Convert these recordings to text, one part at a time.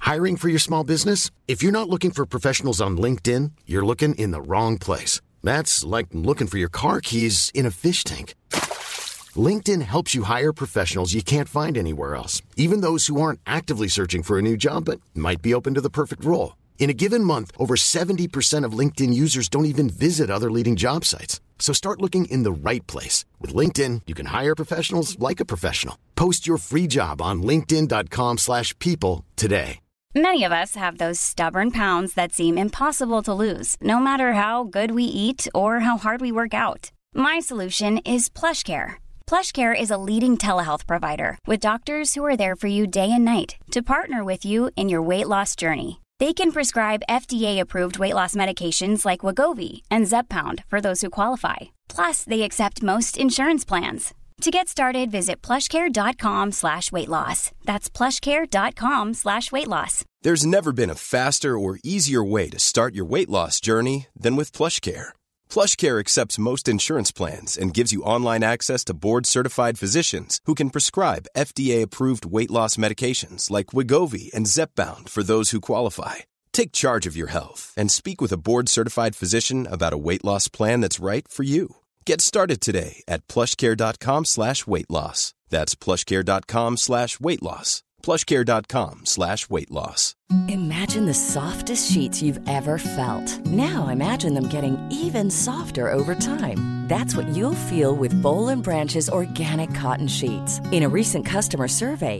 Hiring for your small business? If you're not looking for professionals on LinkedIn, you're looking in the wrong place. That's like looking for your car keys in a fish tank. LinkedIn helps you hire professionals you can't find anywhere else, even those who aren't actively searching for a new job but might be open to the perfect role. In a given month, over 70% of LinkedIn users don't even visit other leading job sites. So start looking in the right place. With LinkedIn, you can hire professionals like a professional. Post your free job on linkedin.com/people today. Many of us have those stubborn pounds that seem impossible to lose, no matter how good we eat or how hard we work out. My solution is PlushCare. PlushCare is a leading telehealth provider with doctors who are there for you day and night to partner with you in your weight loss journey. They can prescribe FDA-approved weight loss medications like Wegovy and Zepbound for those who qualify. Plus, they accept most insurance plans. To get started, visit plushcare.com/weightloss. That's plushcare.com/weightloss. There's never been a faster or easier way to start your weight loss journey than with PlushCare. PlushCare accepts most insurance plans and gives you online access to board-certified physicians who can prescribe FDA-approved weight loss medications like Wegovy and Zepbound for those who qualify. Take charge of your health and speak with a board-certified physician about a weight loss plan that's right for you. Get started today at plushcare.com/weightloss. That's plushcare.com/weightloss. plushcare.com/weightloss. Imagine the softest sheets you've ever felt. Now imagine them getting even softer over time. That's what you'll feel with Boll & Branch's organic cotton sheets. In a recent customer survey,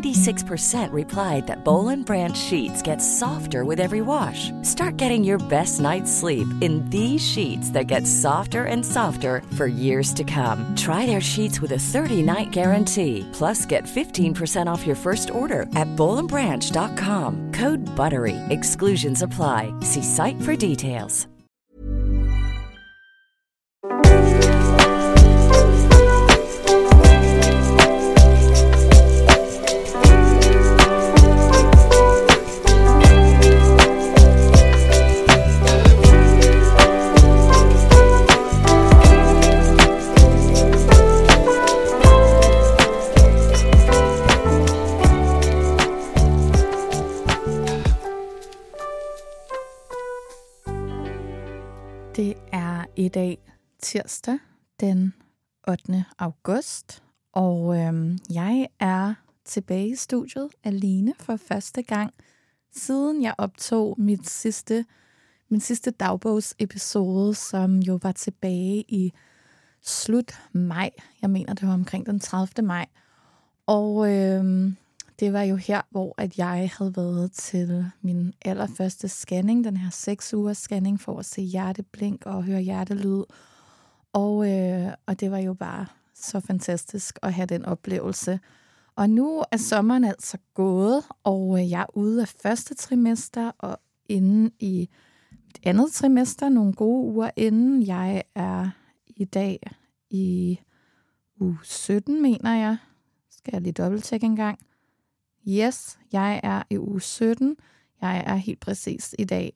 96% replied that Boll & Branch sheets get softer with every wash. Start getting your best night's sleep in these sheets that get softer and softer for years to come. Try their sheets with a 30-night guarantee. Plus, get 15% off your first order at bollandbranch.com. Code BUTTERY. Exclusions apply. See site for details. Det er i dag tirsdag den 8. august, og jeg er tilbage i studiet alene for første gang, siden jeg optog min sidste dagbogsepisode, som jo var tilbage i slut maj. Jeg mener, det var omkring den 30. maj. Og det var jo her, hvor at jeg havde været til min allerførste scanning, den her 6 ugers scanning, for at se hjerteblink og høre hjertelyd. Og det var jo bare så fantastisk at have den oplevelse. Og nu er sommeren altså gået, og jeg er ude af første trimester og inde i mit andet trimester, nogle gode uger inden. Jeg er i dag i uge 17, mener jeg. Skal jeg lige dobbelttjekke en gang? Yes, jeg er i uge 17. Jeg er helt præcis i dag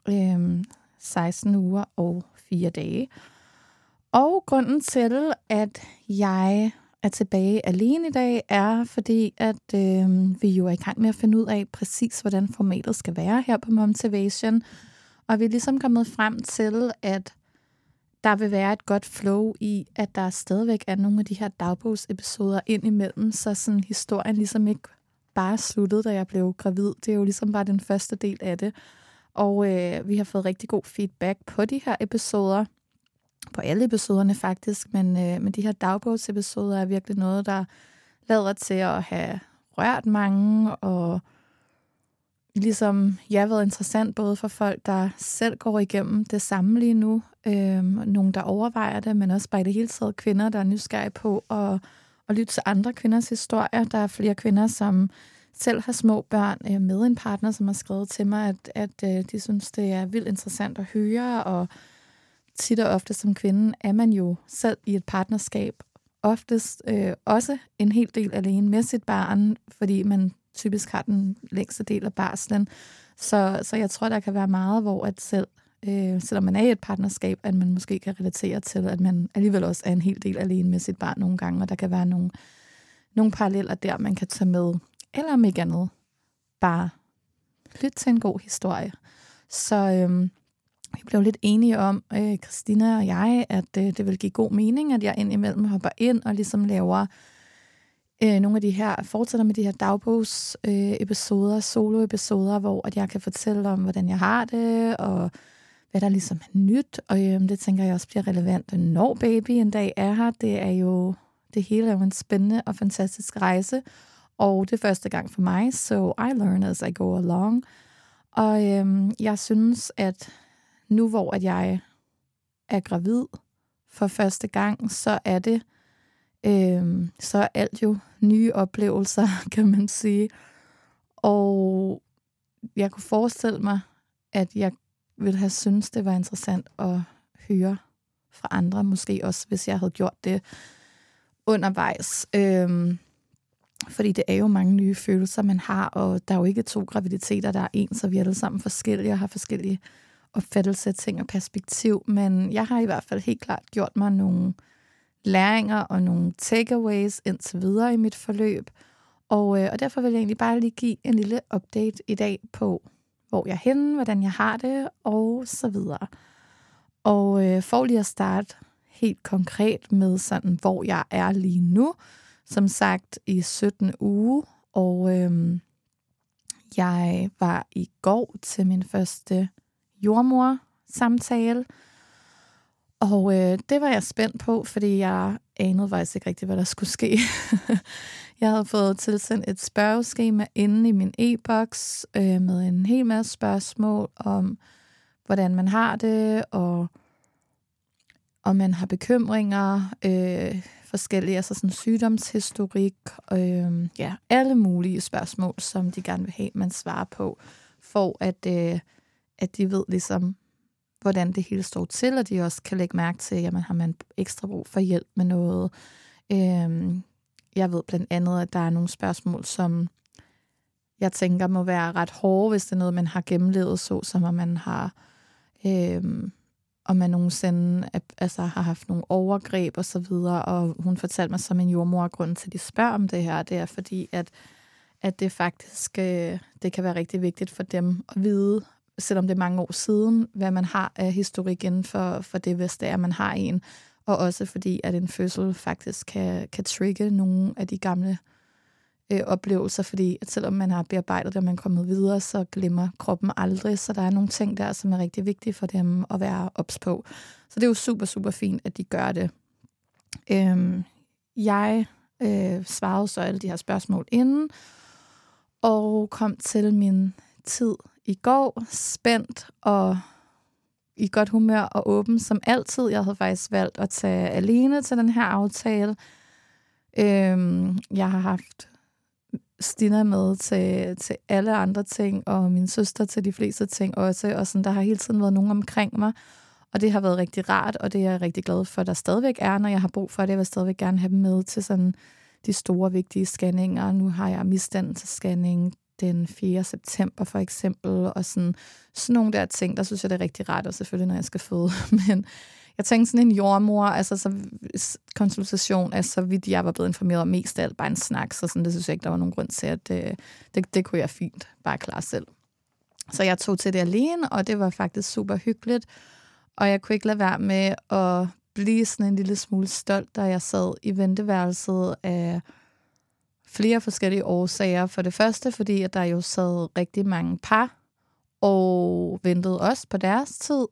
16 uger og 4 dage. Og grunden til, at jeg er tilbage alene i dag, er fordi, at vi jo er i gang med at finde ud af præcis, hvordan formatet skal være her på Momtivation. Og vi er ligesom kommet frem til, at der vil være et godt flow i, at der stadigvæk er nogle af de her dagbogsepisoder ind imellem, så sådan historien ligesom ikke bare sluttede, da jeg blev gravid. Det er jo ligesom bare den første del af det. Og vi har fået rigtig god feedback på de her episoder. På alle episoderne faktisk, men de her dagbogsepisoder er virkelig noget, der lader til at have rørt mange, og ligesom været interessant både for folk, der selv går igennem det samme lige nu, nogen, der overvejer det, men også bare i det hele taget kvinder, der er nysgerrige på at lytte til andre kvinders historier. Der er flere kvinder, som selv har små børn med en partner, som har skrevet til mig, at de synes, det er vildt interessant at høre, og tit og ofte som kvinde er man jo selv i et partnerskab, oftest også en hel del alene med sit barn, fordi man typisk har den længste del af barslen. Så jeg tror, der kan være meget, hvor at selv, selvom man er i et partnerskab, at man måske kan relatere til, at man alligevel også er en hel del alene med sit barn nogle gange, og der kan være nogle paralleller der, man kan tage med, eller om ikke andet, bare lyt til en god historie. Så vi blev lidt enige om, Christina og jeg, at det vil give god mening, at jeg indimellem hopper ind og ligesom laver nogle af de her, fortsætter med de her dagbogsepisoder, soloepisoder, hvor at jeg kan fortælle om, hvordan jeg har det, og hvad der ligesom er nyt. Og det tænker jeg også bliver relevant, når baby en dag er her. Det hele er jo en spændende og fantastisk rejse, og det er første gang for mig, so I learn as I go along. Og jeg synes, at nu hvor at jeg er gravid for første gang, så er det så er alt jo nye oplevelser, kan man sige. Og jeg kunne forestille mig, at jeg ville have syntes, det var interessant at høre fra andre, måske også, hvis jeg havde gjort det undervejs. Fordi det er jo mange nye følelser, man har, og der er jo ikke 2 graviditeter, der er en, så vi er alle sammen forskellige og har forskellige opfattelser af ting og perspektiv. Men jeg har i hvert fald helt klart gjort mig nogle læringer og nogle takeaways indtil videre i mit forløb. Og derfor vil jeg egentlig bare lige give en lille update i dag på, hvor jeg er henne, hvordan jeg har det, og så videre. Og for lige at starte helt konkret med sådan, hvor jeg er lige nu, som sagt i 17. uge, og jeg var i går til min første jordmor-samtale, og det var jeg spændt på, fordi jeg anede faktisk ikke rigtigt, hvad der skulle ske. Jeg havde fået tilsendt et spørgeskema inde i min e-boks med en hel masse spørgsmål om, hvordan man har det, og om man har bekymringer, forskellige, altså sådan sygdomshistorik, alle mulige spørgsmål, som de gerne vil have, man svarer på, for at de ved ligesom, hvordan det hele står til, og de også kan lægge mærke til, jamen har man ekstra brug for hjælp med noget. Jeg ved blandt andet, at der er nogle spørgsmål, som jeg tænker må være ret hårde, hvis det er noget, man har gennemlevet, som om man har, om man nogensinde har haft nogle overgreb og så videre, og hun fortalte mig som en jordmor, grunden til, at de spørger om det her, det er fordi, at det faktisk, det kan være rigtig vigtigt for dem at vide, selvom det er mange år siden, hvad man har af historik inden for det, hvis det er, man har en. Og også fordi, at en fødsel faktisk kan trigge nogle af de gamle oplevelser, fordi at selvom man har bearbejdet det, og man er kommet videre, så glemmer kroppen aldrig. Så der er nogle ting der, som er rigtig vigtige for dem at være ops på. Så det er jo super, super fint, at de gør det. Jeg svarede så alle de her spørgsmål inden, og kom til min tid i går, spændt og i godt humør og åben som altid. Jeg havde faktisk valgt at tage alene til den her aftale. Jeg har haft Stina med til alle andre ting, og min søster til de fleste ting også, og sådan, der har hele tiden været nogen omkring mig, og det har været rigtig rart, og det er jeg rigtig glad for, at der stadigvæk er, når jeg har brug for det. Jeg vil stadigvæk gerne have dem med til sådan de store, vigtige scanninger. Nu har jeg misdannelsesscanning den 4. september for eksempel, og sådan nogle der ting, der synes jeg, det er rigtig rart, og selvfølgelig, når jeg skal føde. Men jeg tænkte sådan en jordmor, altså så konsultation, altså så vidt jeg var blevet informeret om, mest af alt bare en snak, så sådan, det synes jeg ikke, der var nogen grund til, at det kunne jeg fint bare klare selv. Så jeg tog til det alene, og det var faktisk super hyggeligt, og jeg kunne ikke lade være med at blive sådan en lille smule stolt, da jeg sad i venteværelset af flere forskellige årsager. For det første, fordi at der jo sad rigtig mange par og ventede også på deres tid.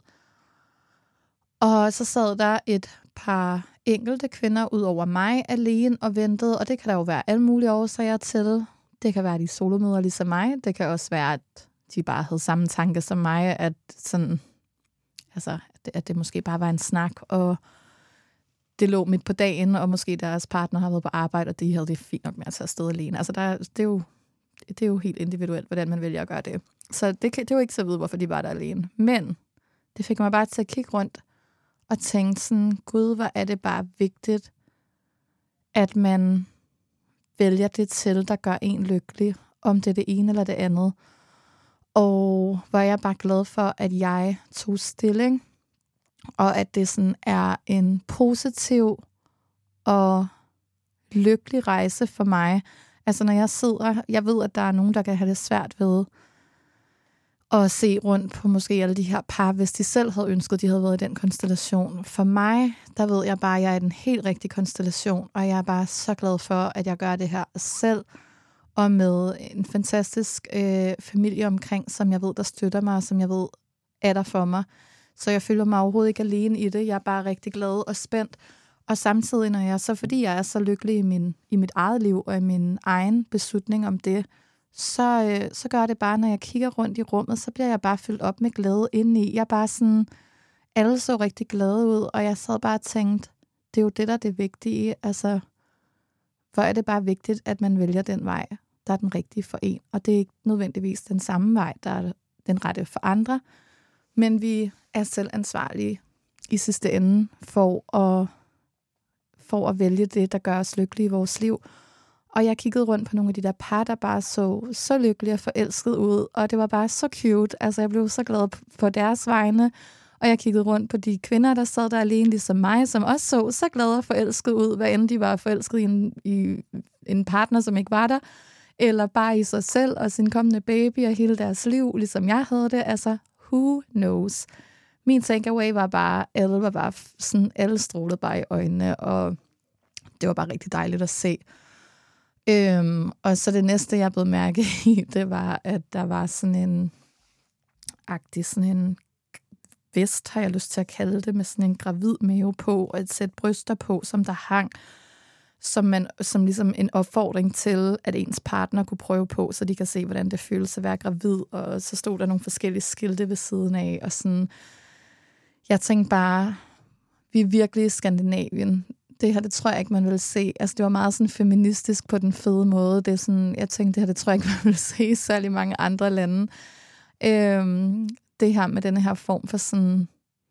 Og så sad der et par enkelte kvinder ud over mig alene og ventede, og det kan der jo være alle mulige årsager til. Det kan være, de solomødre ligesom mig. Det kan også være, at de bare havde samme tanke som mig, at sådan, altså, at det måske bare var en snak, og det lå midt på dagen, og måske deres partner har været på arbejde, og de havde det fint nok med at tage afsted alene. Altså, det er jo helt individuelt, hvordan man vælger at gøre det. Så det er jo ikke så vidt, hvorfor de var der alene. Men det fik mig bare til at kigge rundt og tænke sådan, gud, hvor er det bare vigtigt, at man vælger det til, der gør en lykkelig, om det er det ene eller det andet. Og hvor jeg bare glad for, at jeg tog stilling, og at det sådan er en positiv og lykkelig rejse for mig. Altså når jeg sidder, jeg ved, at der er nogen, der kan have det svært ved at se rundt på måske alle de her par, hvis de selv havde ønsket, de havde været i den konstellation. For mig, der ved jeg bare, at jeg er i den helt rigtige konstellation, og jeg er bare så glad for, at jeg gør det her selv, og med en fantastisk familie omkring, som jeg ved, der støtter mig, og som jeg ved, er der for mig. Så jeg føler mig overhovedet ikke alene i det. Jeg er bare rigtig glad og spændt. Og samtidig, når jeg så, fordi jeg er så lykkelig i mit eget liv, og i min egen beslutning om det, så gør det bare, når jeg kigger rundt i rummet, så bliver jeg bare fyldt op med glæde indeni. Jeg er bare sådan, alle så rigtig glade ud, og jeg sad bare og tænkte, det er jo det, der er det vigtige. Altså, hvor er det bare vigtigt, at man vælger den vej, der er den rigtige for en. Og det er ikke nødvendigvis den samme vej, der er den rette for andre, men vi er selv ansvarlige i sidste ende for at vælge det, der gør os lykkelige i vores liv. Og jeg kiggede rundt på nogle af de der par, der bare så lykkelige og forelskede ud, og det var bare så cute. Altså, jeg blev så glad på deres vegne, og jeg kiggede rundt på de kvinder, der sad der alene, ligesom mig, som også så glade og forelskede ud, hvad end de var forelsket i en partner, som ikke var der, eller bare i sig selv og sin kommende baby og hele deres liv, ligesom jeg havde det. Altså, who knows? Min takeaway var bare, alle strålede bare i øjnene, og det var bare rigtig dejligt at se. Og så det næste, jeg blev mærke i, det var, at der var sådan en vest, har jeg lyst til at kalde det, med sådan en gravid mave på, og et sæt bryster på, som der hang, som ligesom en opfordring til, at ens partner kunne prøve på, så de kan se, hvordan det føles at være gravid, og så stod der nogle forskellige skilte ved siden af, og sådan, jeg tænkte bare, vi er virkelig i Skandinavien. Det her, det tror jeg ikke, man vil se. Altså, det var meget sådan feministisk på den fede måde. Det er sådan, jeg tænkte, det her, det tror jeg ikke, man vil se i særlig mange andre lande. Det her med denne her form for sådan,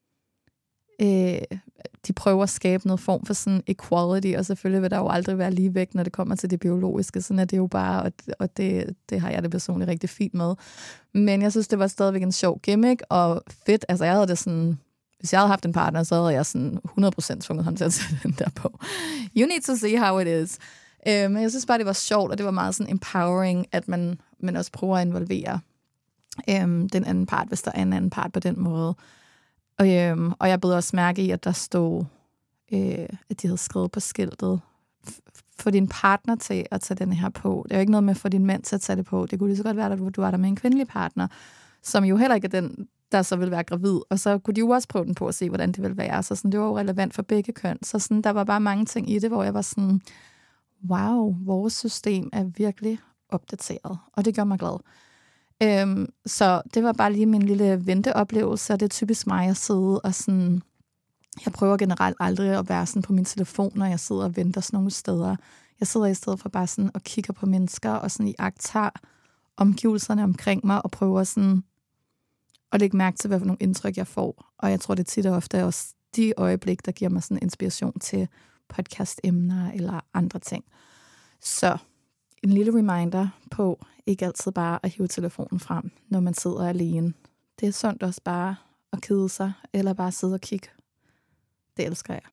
de prøver at skabe noget form for sådan equality, og selvfølgelig vil der jo aldrig være ligevægt, når det kommer til det biologiske. Sådan er det jo bare, og det har jeg det personligt rigtig fint med. Men jeg synes, det var stadigvæk en sjov gimmick, og fedt. Altså, jeg havde det sådan, hvis jeg havde haft en partner, så havde jeg sådan 100% tvunget ham til at sætte den der på. You need to see how it is. Men jeg synes bare, det var sjovt, og det var meget sådan empowering, at man også prøver at involvere den anden part, hvis der er en anden part på den måde. Og jeg blev også mærke i, at der stod, at de havde skrevet på skiltet, få din partner til at tage den her på. Det er jo ikke noget med at få din mand til at tage det på. Det kunne lige så godt være, at du var der med en kvindelig partner, som jo heller ikke er den, der så vil være gravid. Og så kunne de jo også prøve den på at se, hvordan det vil være. Så sådan, det var jo relevant for begge køn. Så sådan, der var bare mange ting i det, hvor jeg var sådan, wow, vores system er virkelig opdateret. Og det gør mig glad. Så det var bare lige min lille venteoplevelse, og det er typisk mig at sidde og sådan, jeg prøver generelt aldrig at være sådan på min telefon, når jeg sidder og venter sådan nogle steder. Jeg sidder i stedet for bare sådan og kigger på mennesker, og sådan iagttager omgivelserne omkring mig, og prøver sådan at lægge mærke til, hvad for nogle indtryk jeg får. Og jeg tror, det tit og ofte er også de øjeblik, der giver mig sådan inspiration til podcastemner eller andre ting. Så en lille reminder på ikke altid bare at hive telefonen frem, når man sidder alene. Det er sundt også bare at kede sig, eller bare sidde og kigge. Det elsker jeg.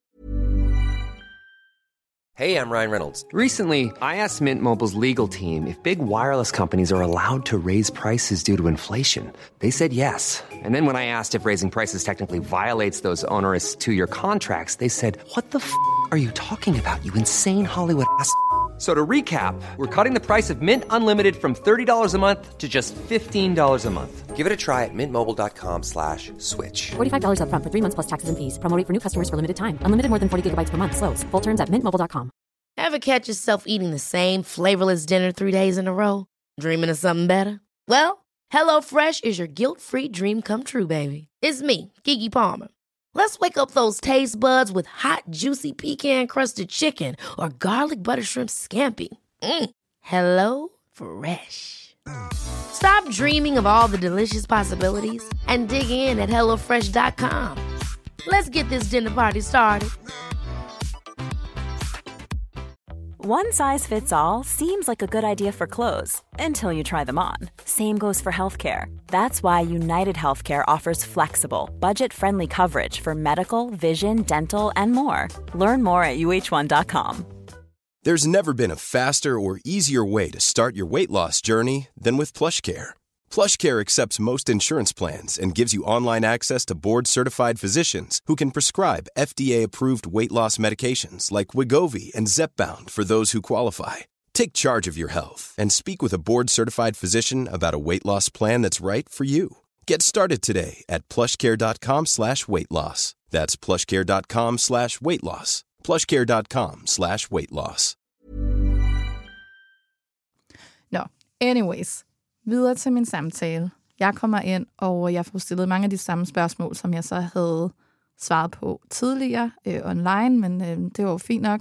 Hey, I'm Ryan Reynolds. Recently, I asked Mint Mobile's legal team if big wireless companies are allowed to raise prices due to inflation. They said yes. And then when I asked if raising prices technically violates those onerous two-year contracts, they said, "What the are you talking about, you insane Hollywood ass?" So to recap, we're cutting the price of Mint Unlimited from $30 a month to just $15 a month. Give it a try at mintmobile.com/switch. $45 up front for 3 months plus taxes and fees. Promo rate for new customers for limited time. Unlimited more than 40 gigabytes per month. Slows full terms at mintmobile.com. Ever catch yourself eating the same flavorless dinner 3 days in a row? Dreaming of something better? Well, HelloFresh is your guilt-free dream come true, baby. It's me, Keke Palmer. Let's wake up those taste buds with hot, juicy pecan-crusted chicken or garlic butter shrimp scampi. Hello Fresh. Stop dreaming of all the delicious possibilities and dig in at HelloFresh.com. Let's get this dinner party started. One size fits all seems like a good idea for clothes until you try them on. Same goes for healthcare. That's why United Healthcare offers flexible, budget-friendly coverage for medical, vision, dental, and more. Learn more at uh1.com. There's never been a faster or easier way to start your weight loss journey than with PlushCare. PlushCare accepts most insurance plans and gives you online access to board-certified physicians who can prescribe FDA-approved weight loss medications like Wegovy and Zepbound for those who qualify. Take charge of your health and speak with a board-certified physician about a weight loss plan that's right for you. Get started today at plushcare.com/weightloss. That's plushcare.com/weightloss. plushcare.com/weightloss. Nå, anyways. Videre til min samtale. Jeg kommer ind, og jeg får stillet mange af de samme spørgsmål, som jeg så havde svaret på tidligere online, men det var jo fint nok.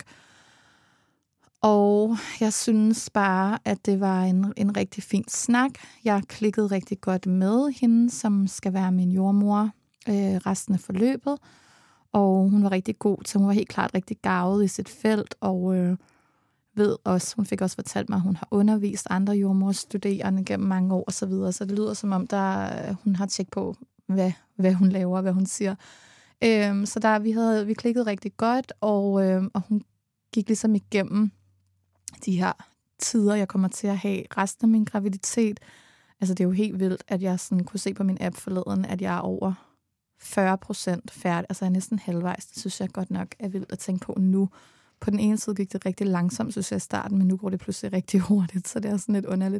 Og jeg synes bare, at det var en rigtig fin snak. Jeg klikkede rigtig godt med hende, som skal være min jordmor resten af forløbet. Og hun var rigtig god til, hun var helt klart rigtig garvet i sit felt, og ved også, hun fik også fortalt mig, at hun har undervist andre jordmorstuderende gennem mange år og så videre. Så det lyder som om, hun har tjekket på, hvad hun laver, hvad hun siger. Så vi klikkede rigtig godt, og hun gik ligesom igennem de her tider, jeg kommer til at have resten af min graviditet. Altså det er jo helt vildt, at jeg sådan kunne se på min app forleden, at jeg er over 40% færdig. Altså jeg er næsten halvvejs. Det synes jeg godt nok er vildt at tænke på nu. På den ene side gik det rigtig langsomt, synes jeg, i starten, men nu går det pludselig rigtig hurtigt, så det er sådan lidt underligt.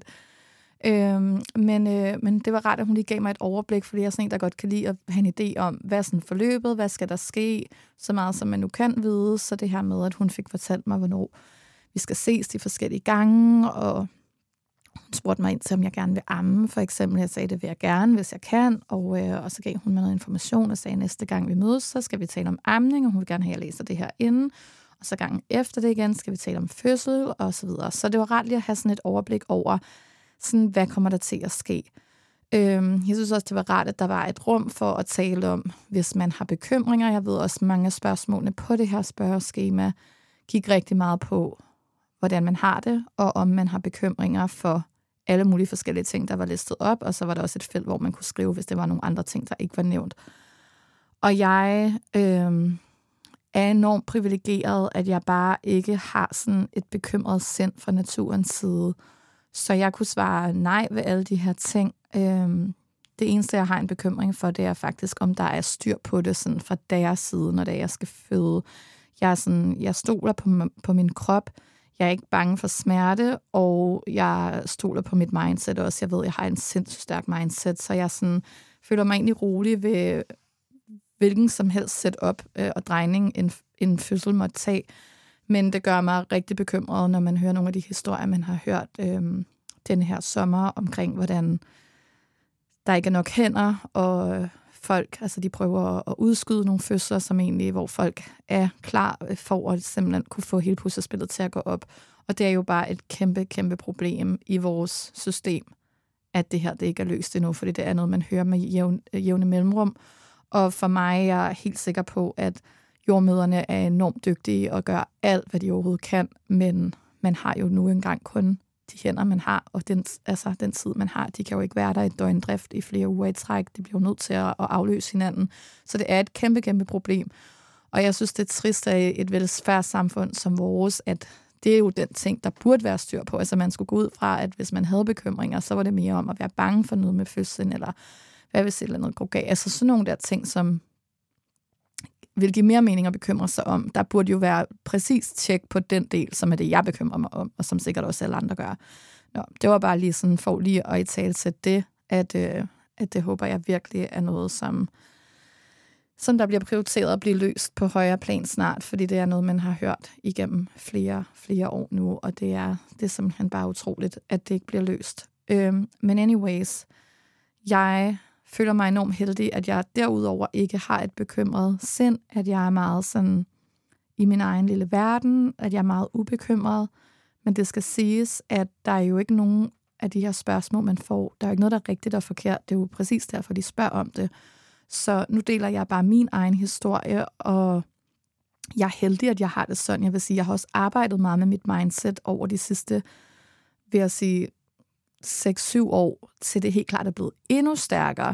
Men det var rart, at hun lige gav mig et overblik, fordi jeg er sådan en, der godt kan lide at have en idé om, hvad er sådan forløbet, hvad skal der ske, så meget som man nu kan vide. Så det her med, at hun fik fortalt mig, hvornår vi skal ses de forskellige gange, og hun spurgte mig ind til, om jeg gerne vil amme, for eksempel. Jeg sagde, det vil jeg gerne, hvis jeg kan, og så gav hun mig noget information og sagde, at næste gang vi mødes, så skal vi tale om amning, og hun vil gerne have, at jeg læser det her inden. Og så gangen efter det igen, skal vi tale om fødsel, og så videre. Så det var ret lige at have sådan et overblik over, sådan, hvad kommer der til at ske. Jeg synes også, det var rart, at der var et rum for at tale om, hvis man har bekymringer. Jeg ved også, mange af spørgsmålene på det her spørgeskema gik rigtig meget på, hvordan man har det, og om man har bekymringer for alle mulige forskellige ting, der var listet op. Og så var der også et felt, hvor man kunne skrive, hvis det var nogle andre ting, der ikke var nævnt. Og jeg er enormt privilegeret, at jeg bare ikke har sådan et bekymret sind fra naturens side. Så jeg kunne svare nej ved alle de her ting. Det eneste, jeg har en bekymring for, det er faktisk, om der er styr på det sådan fra deres side, når jeg skal føde. Jeg stoler på min krop. Jeg er ikke bange for smerte, og jeg stoler på mit mindset også. Jeg ved, jeg har en sindssygt stærk mindset, så jeg sådan, føler mig egentlig rolig ved hvilken som helst setup og drejning en fødsel måtte tage. Men det gør mig rigtig bekymret, når man hører nogle af de historier, man har hørt denne her sommer omkring, hvordan der ikke er nok hænder, og folk, altså de prøver at udskyde nogle fødsler, som egentlig, hvor folk er klar for at simpelthen kunne få hele puslespillet til at gå op. Og det er jo bare et kæmpe, kæmpe problem i vores system, at det her det ikke er løst endnu, fordi det er noget, man hører med jævne mellemrum. Og for mig jeg er jeg helt sikker på, at jordmødrene er enormt dygtige og gør alt, hvad de overhovedet kan, men man har jo nu engang kun de hænder, man har, og den tid, man har, de kan jo ikke være der i døgndrift i flere uger i træk. De bliver nødt til at afløse hinanden. Så det er et kæmpe, kæmpe problem. Og jeg synes, det er trist af et velfærdssamfund som vores, at det er jo den ting, der burde være styr på. Altså man skulle gå ud fra, at hvis man havde bekymringer, så var det mere om at være bange for noget med fødslen, eller hvad hvis et eller andet går galt. Altså sådan nogle der ting, som vil give mere mening at bekymre sig om. Der burde jo være præcis tjek på den del, som er det, jeg bekymrer mig om, og som sikkert også alle andre gør. Nå, det var bare lige sådan, for lige at italesætte det, at det håber jeg virkelig er noget, som der bliver prioriteret at blive løst på højere plan snart, fordi det er noget, man har hørt igennem flere år nu, og det er simpelthen bare utroligt, at det ikke bliver løst. Men anyways, jeg føler mig enormt heldig, at jeg derudover ikke har et bekymret sind, at jeg er meget sådan i min egen lille verden, at jeg er meget ubekymret, men det skal siges, at der er jo ikke nogen af de her spørgsmål, man får. Der er jo ikke noget, der er rigtigt og forkert. Det er jo præcis derfor, de spørger om det. Så nu deler jeg bare min egen historie, og jeg er heldig, at jeg har det sådan. Jeg vil sige, jeg har også arbejdet meget med mit mindset over de sidste, vil jeg sige, 6-7 år, til det helt klart er blevet endnu stærkere.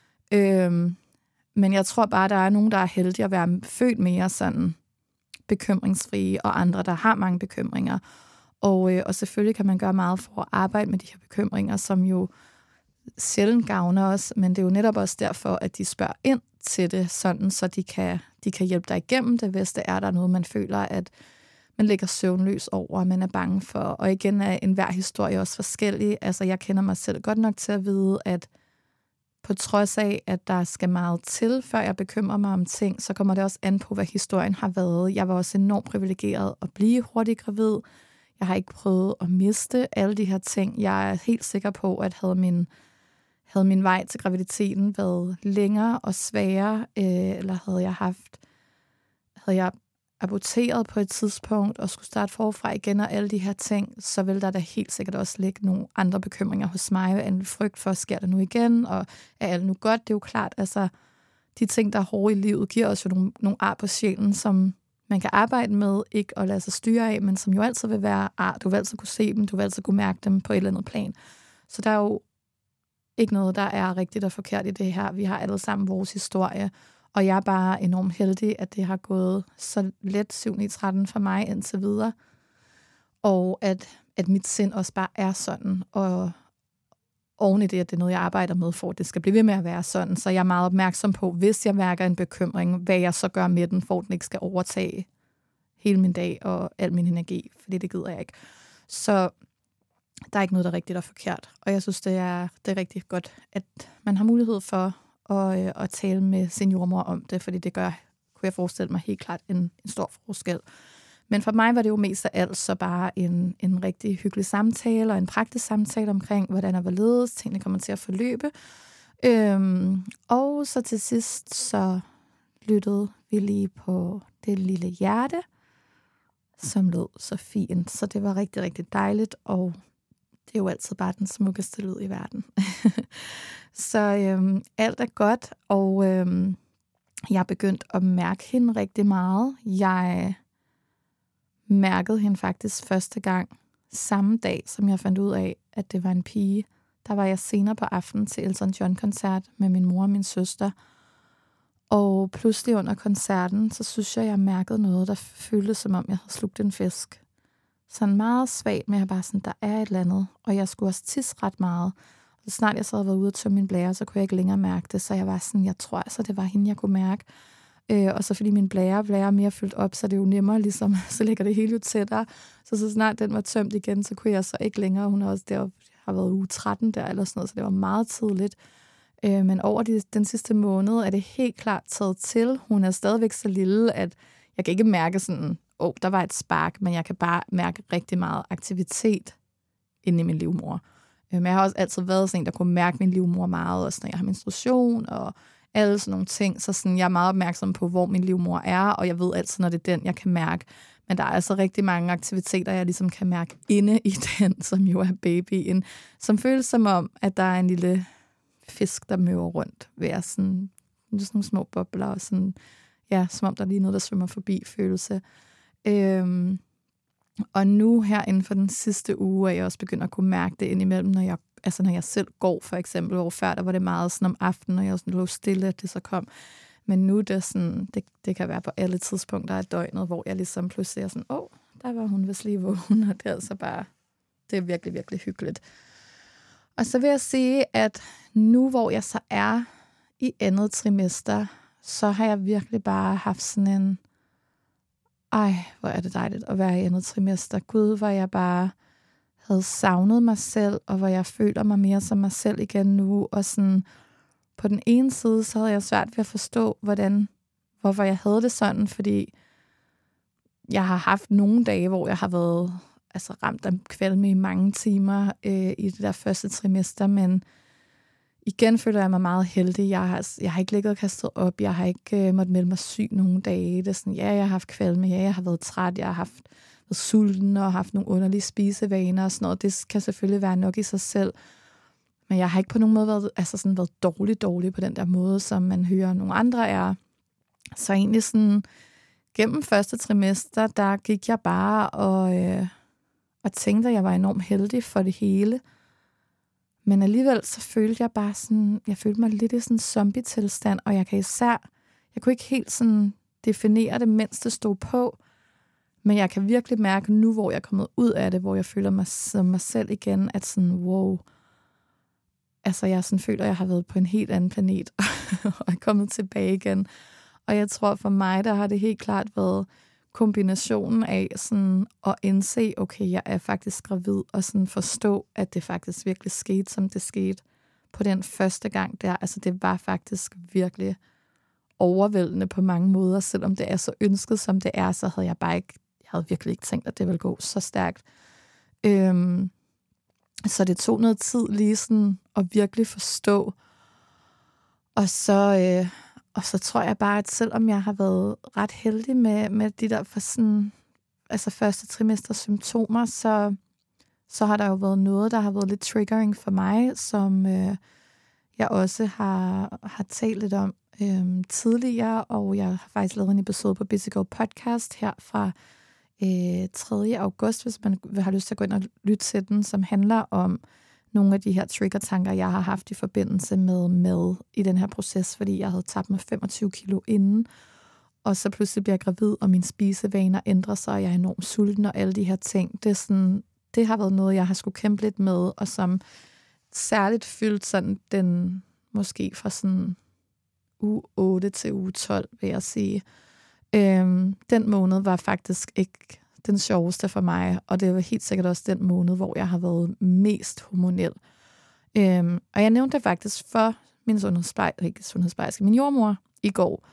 Men jeg tror bare, der er nogen, der er heldige at være født mere sådan bekymringsfrie, og andre, der har mange bekymringer. Og selvfølgelig kan man gøre meget for at arbejde med de her bekymringer, som jo sjældent gavner os, men det er jo netop også derfor, at de spørger ind til det, sådan, så de kan hjælpe dig igennem det, hvis det er, der er noget, man føler, at man ligger søvnløs over, og man er bange for. Og igen er enhver historie også forskellig. Altså, jeg kender mig selv godt nok til at vide, at på trods af, at der skal meget til, før jeg bekymrer mig om ting, så kommer det også an på, hvad historien har været. Jeg var også enormt privilegeret at blive hurtigt gravid. Jeg har ikke prøvet at miste alle de her ting. Jeg er helt sikker på, at havde min vej til graviditeten været længere og sværere, eller havde jeg aborteret på et tidspunkt og skulle starte forfra igen og alle de her ting, så vil der da helt sikkert også ligge nogle andre bekymringer hos mig, en frygt for, sker det nu igen, og er alt nu godt? Det er jo klart, altså de ting, der er hårde i livet, giver os jo nogle ar på sjælen, som man kan arbejde med, ikke at lade sig styre af, men som jo altid vil være ar. Du vil altid kunne se dem, du vil altid kunne mærke dem på et eller andet plan. Så der er jo ikke noget, der er rigtigt og forkert i det her. Vi har alle sammen vores historie, og jeg er bare enormt heldig, at det har gået så let 7-9-13 for mig indtil videre. Og at mit sind også bare er sådan. Og oven i det, at det er noget, jeg arbejder med for, at det skal blive ved med at være sådan. Så jeg er meget opmærksom på, hvis jeg mærker en bekymring, hvad jeg så gør med den, for at den ikke skal overtage hele min dag og al min energi. Fordi det gider jeg ikke. Så der er ikke noget, der er rigtigt og forkert. Og jeg synes, det er rigtig godt, at man har mulighed for at tale med sin jordmor om det, fordi det kunne jeg forestille mig helt klart en stor forskel. Men for mig var det jo mest af alt så bare en rigtig hyggelig samtale og en praktisk samtale omkring, hvordan og hvorledes tingene kommer til at forløbe. Og så til sidst så lyttede vi lige på det lille hjerte, som lød så fint. Så det var rigtig, rigtig dejligt, og det er jo altid bare den smukkeste lyd i verden. Så alt er godt, og jeg er begyndt at mærke hende rigtig meget. Jeg mærkede hende faktisk første gang samme dag, som jeg fandt ud af, at det var en pige. Der var jeg senere på aftenen til Elton John-koncert med min mor og min søster. Og pludselig under koncerten, så synes jeg mærkede noget, der føltes som om, jeg havde slugt en fisk. Sådan meget svagt, men jeg bare sådan, der er et eller andet. Og jeg skulle også tisse ret meget. Og så snart jeg så havde været ude og tømme min blære, så kunne jeg ikke længere mærke det. Så jeg var sådan, jeg tror altså, det var hende, jeg kunne mærke. Og så fordi min blære er mere fyldt op, så det er jo nemmere, ligesom, så ligger det hele jo tættere. Så snart den var tømt igen, så kunne jeg så ikke længere. Hun også der har været uge 13 der eller sådan noget, så det var meget tidligt. Men over den sidste måned er det helt klart taget til. Hun er stadigvæk så lille, at jeg kan ikke mærke sådan, der var et spark, men jeg kan bare mærke rigtig meget aktivitet inde i min livmor. Men jeg har også altid været sådan en, der kunne mærke min livmor meget, og sådan, jeg har menstruation og alle sådan nogle ting, så sådan, jeg er meget opmærksom på, hvor min livmor er, og jeg ved altid, når det er den, jeg kan mærke. Men der er altså rigtig mange aktiviteter, jeg ligesom kan mærke inde i den, som jo er babyen, som føles som om, at der er en lille fisk, der møver rundt ved sådan nogle små bobler, og sådan, ja, som om der er lige noget, der svømmer forbi følelse. Og nu her inden for den sidste uge, er jeg også begyndt at kunne mærke det indimellem, når jeg selv går, for eksempel, hvor før der var det meget sådan om aftenen, og jeg sådan lå stille, at det så kom. Men nu det sådan, det kan være på alle tidspunkter af døgnet, hvor jeg ligesom pludselig er sådan, der var hun vist lige vågen, og det er altså bare, det er virkelig, virkelig hyggeligt. Og så vil jeg sige, at nu hvor jeg så er i andet trimester, så har jeg virkelig bare haft sådan en, hvor er det dejligt at være i andet trimester. Gud, hvor jeg bare havde savnet mig selv, og hvor jeg føler mig mere som mig selv igen nu. Og sådan, på den ene side, så havde jeg svært ved at forstå, hvorfor jeg havde det sådan, fordi jeg har haft nogle dage, hvor jeg har været ramt af kvalme i mange timer i det der første trimester, men igen føler jeg mig meget heldig. Jeg har ikke ligget og kastet op. Jeg har ikke måttet melde mig syg nogle dage. Det er sådan, jeg har haft kvalme. Jeg har været træt. Jeg har været sulten og haft nogle underlige spisevaner og sådan noget. Det kan selvfølgelig være nok i sig selv. Men jeg har ikke på nogen måde været dårlig på den der måde, som man hører nogle andre er. Så egentlig sådan, gennem første trimester, der gik jeg bare og tænkte, at jeg var enormt heldig for det hele. Men alligevel så følte jeg bare sådan, jeg følte mig lidt i sådan en zombie-tilstand, og jeg kunne ikke helt sådan definere det, mens det stod på. Men jeg kan virkelig mærke nu, hvor jeg er kommet ud af det, hvor jeg føler mig som mig selv igen, at sådan, wow, altså jeg sådan føler, at jeg har været på en helt anden planet, og er kommet tilbage igen. Og jeg tror for mig, der har det helt klart været kombinationen af sådan at indse, okay, jeg er faktisk gravid, og sådan forstå, at det faktisk virkelig skete, som det skete på den første gang der. Altså det var faktisk virkelig overvældende på mange måder, selvom det er så ønsket, som det er, så havde jeg havde virkelig ikke tænkt, at det ville gå så stærkt. Så det tog noget tid lige sådan at virkelig forstå. Og så tror jeg bare, at selvom jeg har været ret heldig med de der for sådan, altså første trimester symptomer, så har der jo været noget, der har været lidt triggering for mig, som jeg også har talt lidt om tidligere, og jeg har faktisk lavet en episode på Busy Girl Podcast her fra 3. august, hvis man har lyst til at gå ind og lytte til den, som handler om nogle af de her trigger-tanker, jeg har haft i forbindelse med i den her proces, fordi jeg havde tabt mig 25 kilo inden, og så pludselig bliver jeg gravid, og mine spisevaner ændrer sig, og jeg er enormt sulten, og alle de her ting. Det har været noget, jeg har skulle kæmpe lidt med, og som særligt fyldt sådan den, måske fra sådan uge 8 til uge 12, vil jeg sige. Den måned var faktisk ikke den sjoveste for mig, og det var helt sikkert også den måned, hvor jeg har været mest hormonel. Og jeg nævnte det faktisk for min jordmor i går,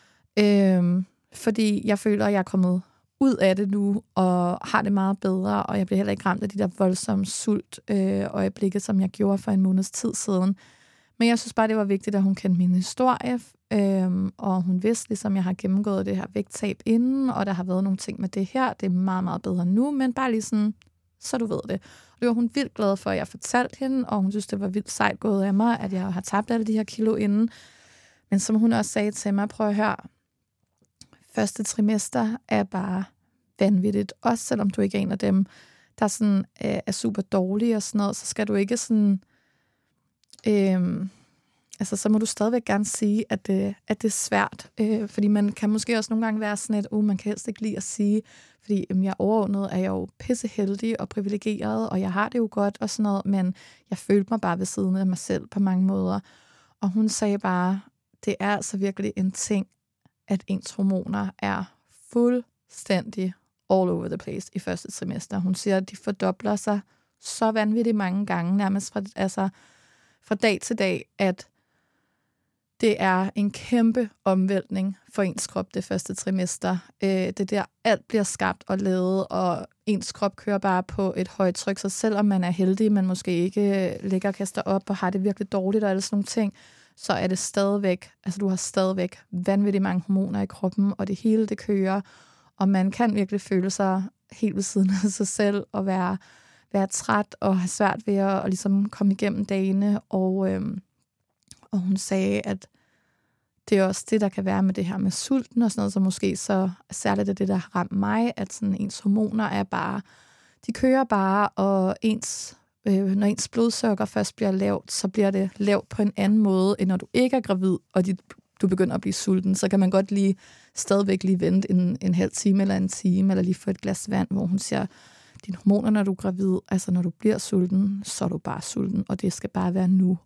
fordi jeg føler, at jeg er kommet ud af det nu, og har det meget bedre, og jeg bliver heller ikke ramt af de der voldsomme øjeblikke, som jeg gjorde for en måneds tid siden. Men jeg synes bare, det var vigtigt, at hun kendte min historie, og hun vidste, ligesom jeg har gennemgået det her vægttab inden, og der har været nogle ting med det her. Det er meget, meget bedre nu, men bare lige sådan, så du ved det. Og det var hun vildt glad for, at jeg fortalte hende, og hun synes, det var vildt sejt gået af mig, at jeg har tabt alle de her kilo inden. Men som hun også sagde til mig, prøv at høre, første trimester er bare vanvittigt. Også selvom du ikke er en af dem, der sådan, er super dårlige og sådan noget, så skal du ikke sådan... altså, så må du stadigvæk gerne sige, at det er svært. Fordi man kan måske også nogle gange være sådan et, man kan helst ikke lide at sige, fordi jeg overordnet er jeg jo pisseheldig og privilegeret, og jeg har det jo godt og sådan noget, men jeg følte mig bare ved siden af mig selv på mange måder. Og hun sagde bare, det er altså virkelig en ting, at ens hormoner er fuldstændig all over the place i første trimester. Hun siger, at de fordobler sig så vanvittigt mange gange, nærmest fra dag til dag, at det er en kæmpe omvæltning for ens krop det første trimester. Det der, alt bliver skabt og lavet, og ens krop kører bare på et højt tryk, så selvom man er heldig, man måske ikke ligger og kaster op og har det virkelig dårligt og alle sådan nogle ting, så er det stadigvæk, altså du har stadigvæk vanvittigt mange hormoner i kroppen, og det hele det kører, og man kan virkelig føle sig helt ved siden af sig selv, og være træt og have svært ved at ligesom komme igennem dagene, og hun sagde, at det er også det, der kan være med det her med sulten og sådan noget, så måske så særligt det, der har ramt mig, at sådan ens hormoner er bare, de kører bare, og når ens blodsukker først bliver lavt, så bliver det lavt på en anden måde, end når du ikke er gravid, og du begynder at blive sulten, så kan man godt stadigvæk lige vente en halv time eller en time, eller lige få et glas vand, hvor hun siger, dine hormoner, når du er gravid, altså når du bliver sulten, så er du bare sulten, og det skal bare være nu.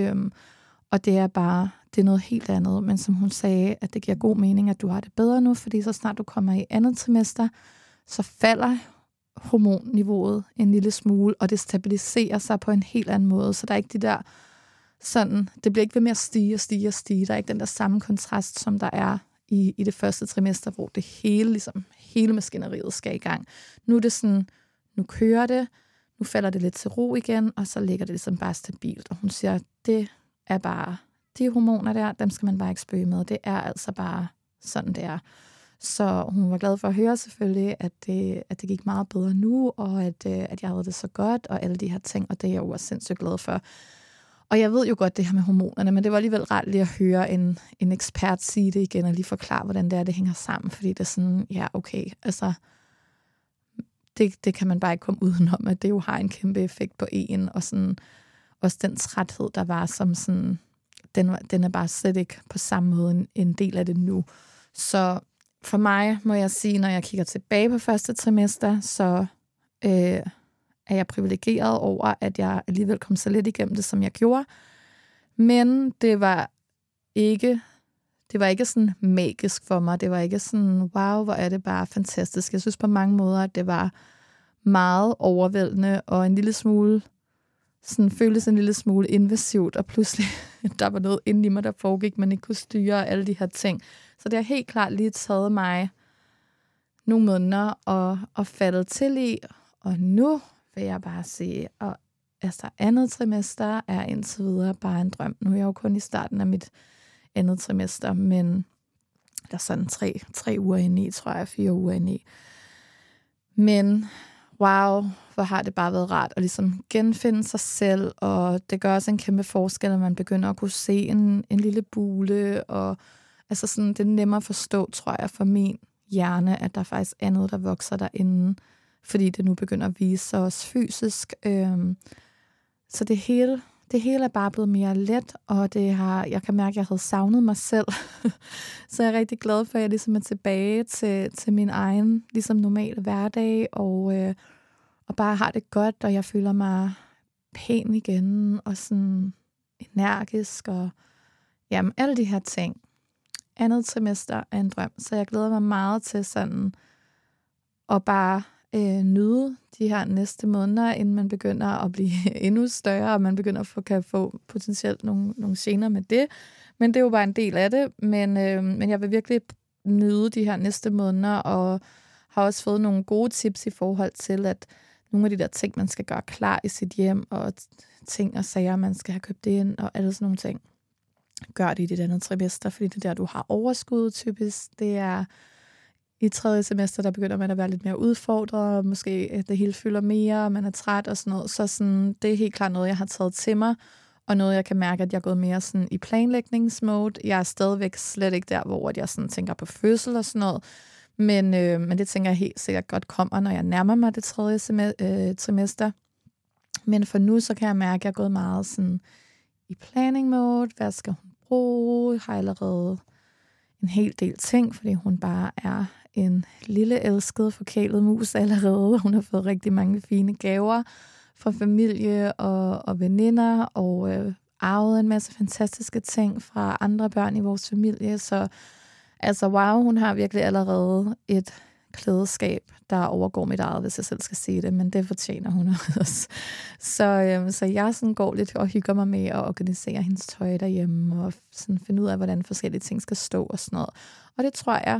Og det er noget helt andet, men som hun sagde, at det giver god mening, at du har det bedre nu, fordi så snart du kommer i andet trimester, så falder hormonniveauet en lille smule, og det stabiliserer sig på en helt anden måde, så der er ikke de der sådan, det bliver ikke ved med at stige og stige og stige, der er ikke den der samme kontrast, som der er i det første trimester, hvor det hele maskineriet skal i gang. Nu er det sådan, nu kører det, nu falder det lidt til ro igen, og så ligger det ligesom bare stabilt, og hun siger, det er bare, de hormoner der, dem skal man bare ikke spøge med, det er altså bare sådan, det er. Så hun var glad for at høre selvfølgelig, at det gik meget bedre nu, og at jeg havde det så godt, og alle de her ting, og det er jeg jo også sindssygt glad for. Og jeg ved jo godt det her med hormonerne, men det var alligevel ret lige at høre en ekspert sige det igen, og lige forklare, hvordan det hænger sammen, fordi det er sådan, ja, okay, altså, det kan man bare ikke komme udenom, at det jo har en kæmpe effekt på en, og sådan, også den træthed, der var som sådan, den er bare slet ikke på samme måde en del af det nu. Så for mig må jeg sige, når jeg kigger tilbage på første trimester, så er jeg privilegeret over, at jeg alligevel kom så lidt igennem det, som jeg gjorde. Men det var ikke sådan magisk for mig. Det var ikke sådan, wow, hvor er det bare fantastisk. Jeg synes på mange måder, at det var meget overvældende og en lille smule, sådan føltes en lille smule invasivt, og pludselig der var noget inde i mig, der foregik, man ikke kunne styre alle de her ting. Så det har helt klart lige taget mig nogle måneder og faldet til i, og nu vil jeg bare sige, og altså andet trimester er indtil videre bare en drøm. Nu er jeg jo kun i starten af mit andet trimester, men der er sådan 3 uger inde i, tror jeg, 4 uger inde i. Men wow, hvor har det bare været rart at ligesom genfinde sig selv, og det gør også en kæmpe forskel, at man begynder at kunne se en lille bule, og altså sådan, det er nemmere at forstå, tror jeg, for min hjerne, at der faktisk er noget, der vokser derinde, fordi det nu begynder at vise sig også fysisk. Så det hele er bare blevet mere let, og jeg kan mærke, at jeg havde savnet mig selv. Så jeg er rigtig glad for, at jeg ligesom er tilbage til min egen ligesom normale hverdag, og bare har det godt, og jeg føler mig pæn igen, og sådan energisk, og jamen, alle de her ting. Andet trimester er en drøm, så jeg glæder mig meget til sådan at bare nyde de her næste måneder, inden man begynder at blive endnu større, og man begynder kan få potentielt nogle gener med det. Men det er jo bare en del af det. Men jeg vil virkelig nyde de her næste måneder, og har også fået nogle gode tips i forhold til, at nogle af de der ting, man skal gøre klar i sit hjem, og ting og sager, man skal have købt ind, og alle sådan nogle ting. Gør det i dit andet trimester, fordi det er der, du har overskud typisk. Det er i 3. semester, der begynder man at være lidt mere udfordret, og måske det hele fylder mere, og man er træt og sådan noget. Så sådan, det er helt klart noget, jeg har taget til mig, og noget, jeg kan mærke, at jeg er gået mere sådan i planlægningsmode. Jeg er stadigvæk slet ikke der, hvor jeg sådan tænker på fødsel og sådan noget. Men det tænker jeg helt sikkert godt kommer, når jeg nærmer mig det 3. trimester. Men for nu, så kan jeg mærke, at jeg er gået meget sådan i planning mode. Hvad skal hun bruge? Jeg har allerede en hel del ting, fordi hun bare er en lille elsket forkælet mus allerede. Hun har fået rigtig mange fine gaver fra familie og veninder, og arvet en masse fantastiske ting fra andre børn i vores familie. Så altså wow, hun har virkelig allerede et klædeskab, der overgår mit eget, hvis jeg selv skal sige det, men det fortjener hun også. Så jeg sådan går lidt og hygger mig med at organisere hendes tøj derhjemme, og sådan finde ud af, hvordan forskellige ting skal stå og sådan noget. Og det tror jeg,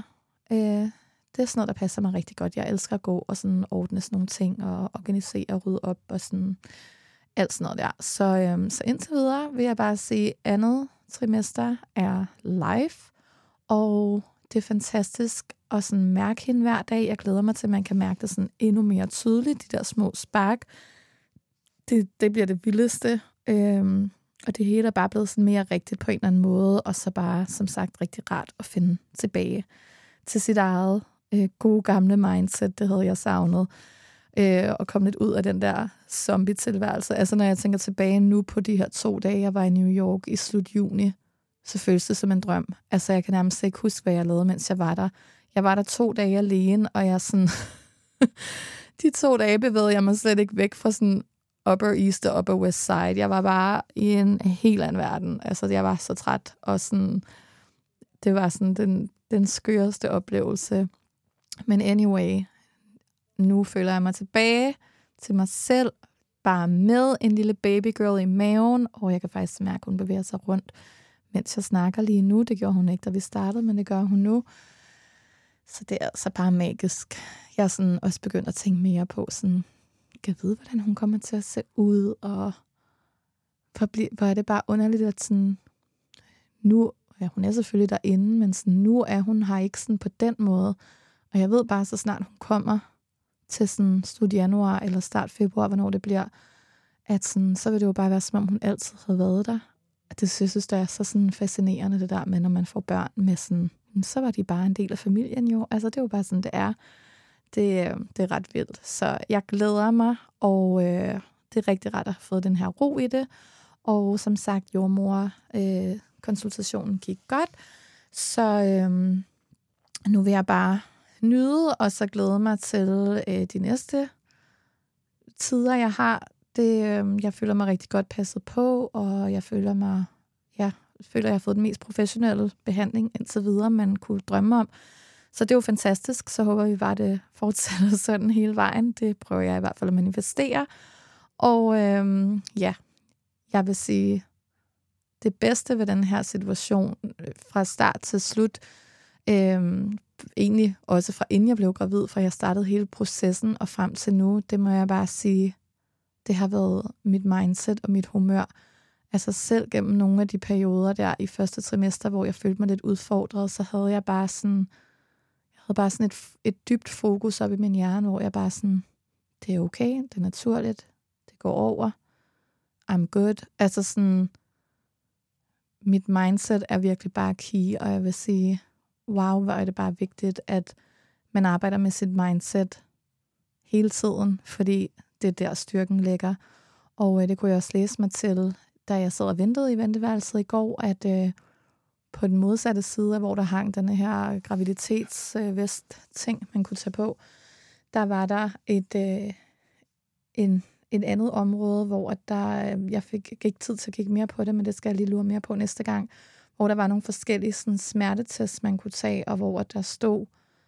det er sådan noget, der passer mig rigtig godt. Jeg elsker at gå og sådan ordne sådan nogle ting, og organisere og rydde op, og sådan alt sådan noget der. Så indtil videre vil jeg bare sige, andet trimester er live, og det er fantastisk at sådan mærke hende hver dag. Jeg glæder mig til, at man kan mærke det sådan endnu mere tydeligt, de der små spark. Det bliver det vildeste. Og det hele er bare blevet sådan mere rigtigt på en eller anden måde, og så bare, som sagt, rigtig rart at finde tilbage til sit eget gode gamle mindset. Det havde jeg savnet. Og komme lidt ud af den der zombie-tilværelse. Altså når jeg tænker tilbage nu på de her 2 dage, jeg var i New York i slut juni, så føles det som en drøm. Altså, jeg kan nærmest ikke huske, hvad jeg lavede, mens jeg var der. Jeg var der 2 dage alene, og jeg sådan... de 2 dage bevægede jeg mig slet ikke væk fra sådan Upper East og Upper West Side. Jeg var bare i en helt anden verden. Altså, jeg var så træt, og sådan... Det var sådan den skøreste oplevelse. Men anyway, nu føler jeg mig tilbage til mig selv, bare med en lille babygirl i maven, og jeg kan faktisk mærke, at hun bevæger sig rundt, mens jeg snakker lige nu. Det gjorde hun ikke, da vi startede, men det gør hun nu. Så det er altså bare magisk. Jeg er sådan også begyndt at tænke mere på, sådan, jeg ved, hvordan hun kommer til at se ud, og hvor er det bare underligt, at sådan, nu, ja, hun er selvfølgelig derinde, men sådan, nu er hun her ikke sådan på den måde. Og jeg ved bare, så snart hun kommer til sådan slut januar eller start februar, hvornår det bliver, at sådan, så vil det jo bare være, som om hun altid havde været der. Jeg synes, det er så sådan fascinerende, det der med, når man får børn med sådan, så var de bare en del af familien jo. Altså, det er jo bare sådan, det er. Det er ret vildt. Så jeg glæder mig, og det er rigtig rart at have fået den her ro i det. Og som sagt, jordmor-konsultationen gik godt. Så nu vil jeg bare nyde, og så glæde mig til de næste tider, jeg har, jeg føler mig rigtig godt passet på, og jeg føler, jeg har fået den mest professionelle behandling indtil videre, man kunne drømme om. Så det er jo fantastisk. Så håber vi bare, det fortsætter sådan hele vejen. Det prøver jeg i hvert fald at manifestere. Og jeg vil sige, det bedste ved den her situation fra start til slut, egentlig også fra inden jeg blev gravid, for jeg startede hele processen og frem til nu, det må jeg bare sige, det har været mit mindset og mit humør. Altså selv gennem nogle af de perioder der i første trimester, hvor jeg følte mig lidt udfordret, så havde jeg bare sådan, et dybt fokus op i min hjerne, hvor jeg bare sådan, det er okay, det er naturligt, det går over, I'm good. Altså sådan, mit mindset er virkelig bare key, og jeg vil sige, wow, hvor er det bare vigtigt, at man arbejder med sit mindset hele tiden, fordi det er der styrken ligger. Og det kunne jeg også læse mig til, da jeg sad og ventede i venteværelset i går, at på den modsatte side, hvor der hang den her graviditetsvest-ting, man kunne tage på, der var der et andet område, hvor jeg fik ikke tid til at kigge mere på det, men det skal jeg lige lure mere på næste gang, hvor der var nogle forskellige sådan, smertetests, man kunne tage, og hvor der stod,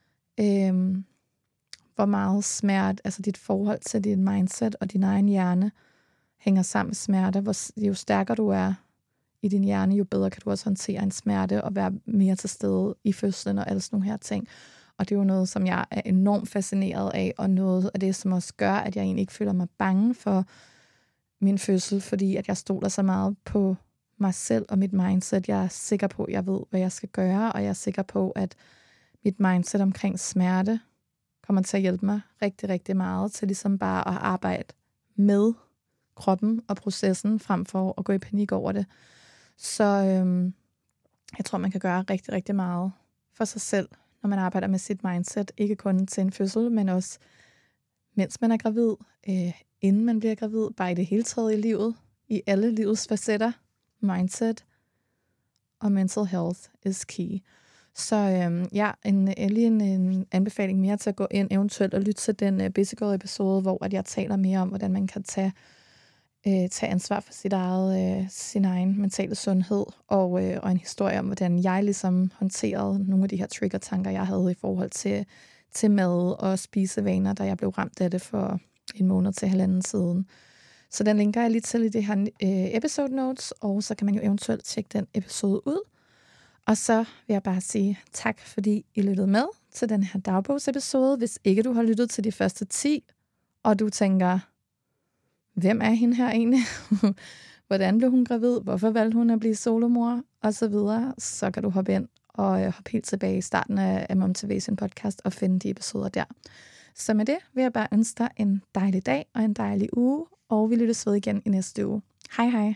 hvor meget smerte, altså dit forhold til dit mindset og din egen hjerne, hænger sammen med smerte. Jo stærkere du er i din hjerne, jo bedre kan du også håndtere en smerte og være mere til stede i fødslen og alle sådan nogle her ting. Og det er jo noget, som jeg er enormt fascineret af, og noget af det, som også gør, at jeg egentlig ikke føler mig bange for min fødsel, fordi at jeg stoler så meget på mig selv og mit mindset. Jeg er sikker på, at jeg ved, hvad jeg skal gøre, og jeg er sikker på, at mit mindset omkring smerte kommer til at hjælpe mig rigtig, rigtig meget til ligesom bare at arbejde med kroppen og processen, frem for at gå i panik over det. Så jeg tror, man kan gøre rigtig, rigtig meget for sig selv, når man arbejder med sit mindset. Ikke kun til en fødsel, men også mens man er gravid, inden man bliver gravid, bare i det hele taget i livet, i alle livets facetter. Mindset og mental health is key. Så en anbefaling mere til at gå ind eventuelt og lytte til den Bissigal-episode, hvor jeg taler mere om, hvordan man kan tage ansvar for sin egen mentale sundhed, og en historie om, hvordan jeg ligesom håndterede nogle af de her trigger-tanker, jeg havde i forhold til mad og spisevaner, da jeg blev ramt af det for 1 måned til 1,5 siden. Så den linker jeg lige til i det her episode notes, og så kan man jo eventuelt tjekke den episode ud. Og så vil jeg bare sige tak, fordi I lyttede med til den her dagbogsepisode. Hvis ikke du har lyttet til de første 10, og du tænker, hvem er hende her egentlig? Hvordan blev hun gravid? Hvorfor valgte hun at blive solomor? Og så videre. Så kan du hoppe ind og hoppe helt tilbage i starten af Momtivation podcast og finde de episoder der. Så med det vil jeg bare ønske dig en dejlig dag og en dejlig uge. Og vi lyttes ved igen i næste uge. Hej hej.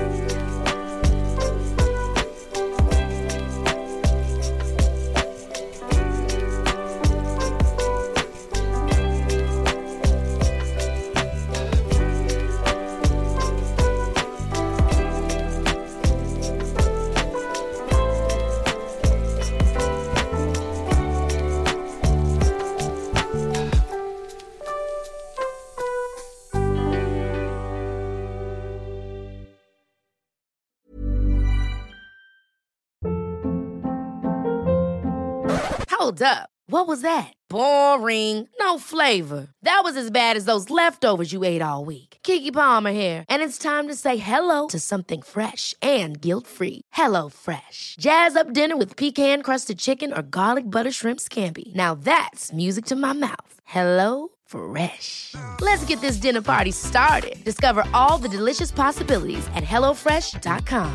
Hold up. What was that? Boring. No flavor. That was as bad as those leftovers you ate all week. Keke Palmer here, and it's time to say hello to something fresh and guilt-free. Hello Fresh. Jazz up dinner with pecan-crusted chicken or garlic butter shrimp scampi. Now that's music to my mouth. Hello Fresh. Let's get this dinner party started. Discover all the delicious possibilities at HelloFresh.com.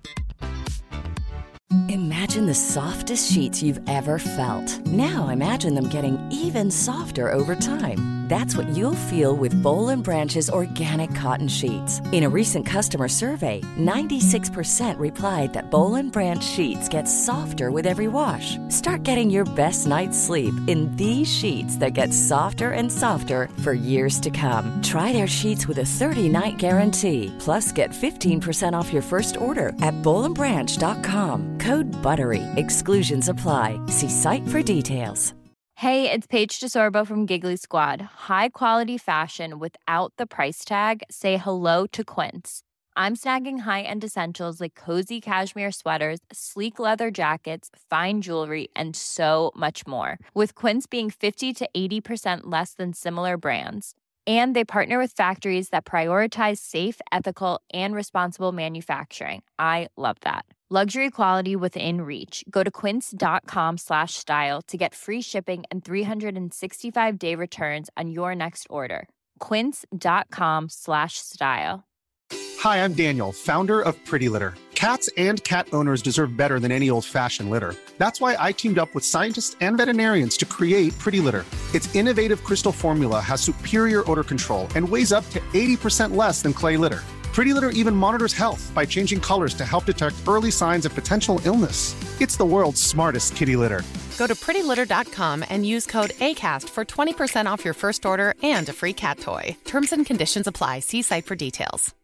Imagine the softest sheets you've ever felt. Now imagine them getting even softer over time. That's what you'll feel with Boll & Branch's organic cotton sheets. In a recent customer survey, 96% replied that Boll & Branch sheets get softer with every wash. Start getting your best night's sleep in these sheets that get softer and softer for years to come. Try their sheets with a 30-night guarantee. Plus, get 15% off your first order at bollandbranch.com. Code BUTTERY. Exclusions apply. See site for details. Hey, it's Paige DeSorbo from Giggly Squad. High quality fashion without the price tag. Say hello to Quince. I'm snagging high-end essentials like cozy cashmere sweaters, sleek leather jackets, fine jewelry, and so much more. With Quince being 50 to 80% less than similar brands. And they partner with factories that prioritize safe, ethical, and responsible manufacturing. I love that. Luxury quality within reach. Go to quince.com/style to get free shipping and 365-day returns on your next order. Quince.com/style. Hi, I'm Daniel, founder of Pretty Litter. Cats and cat owners deserve better than any old-fashioned litter. That's why I teamed up with scientists and veterinarians to create Pretty Litter. Its innovative crystal formula has superior odor control and weighs up to 80% less than clay litter. Pretty Litter even monitors health by changing colors to help detect early signs of potential illness. It's the world's smartest kitty litter. Go to prettylitter.com and use code ACAST for 20% off your first order and a free cat toy. Terms and conditions apply. See site for details.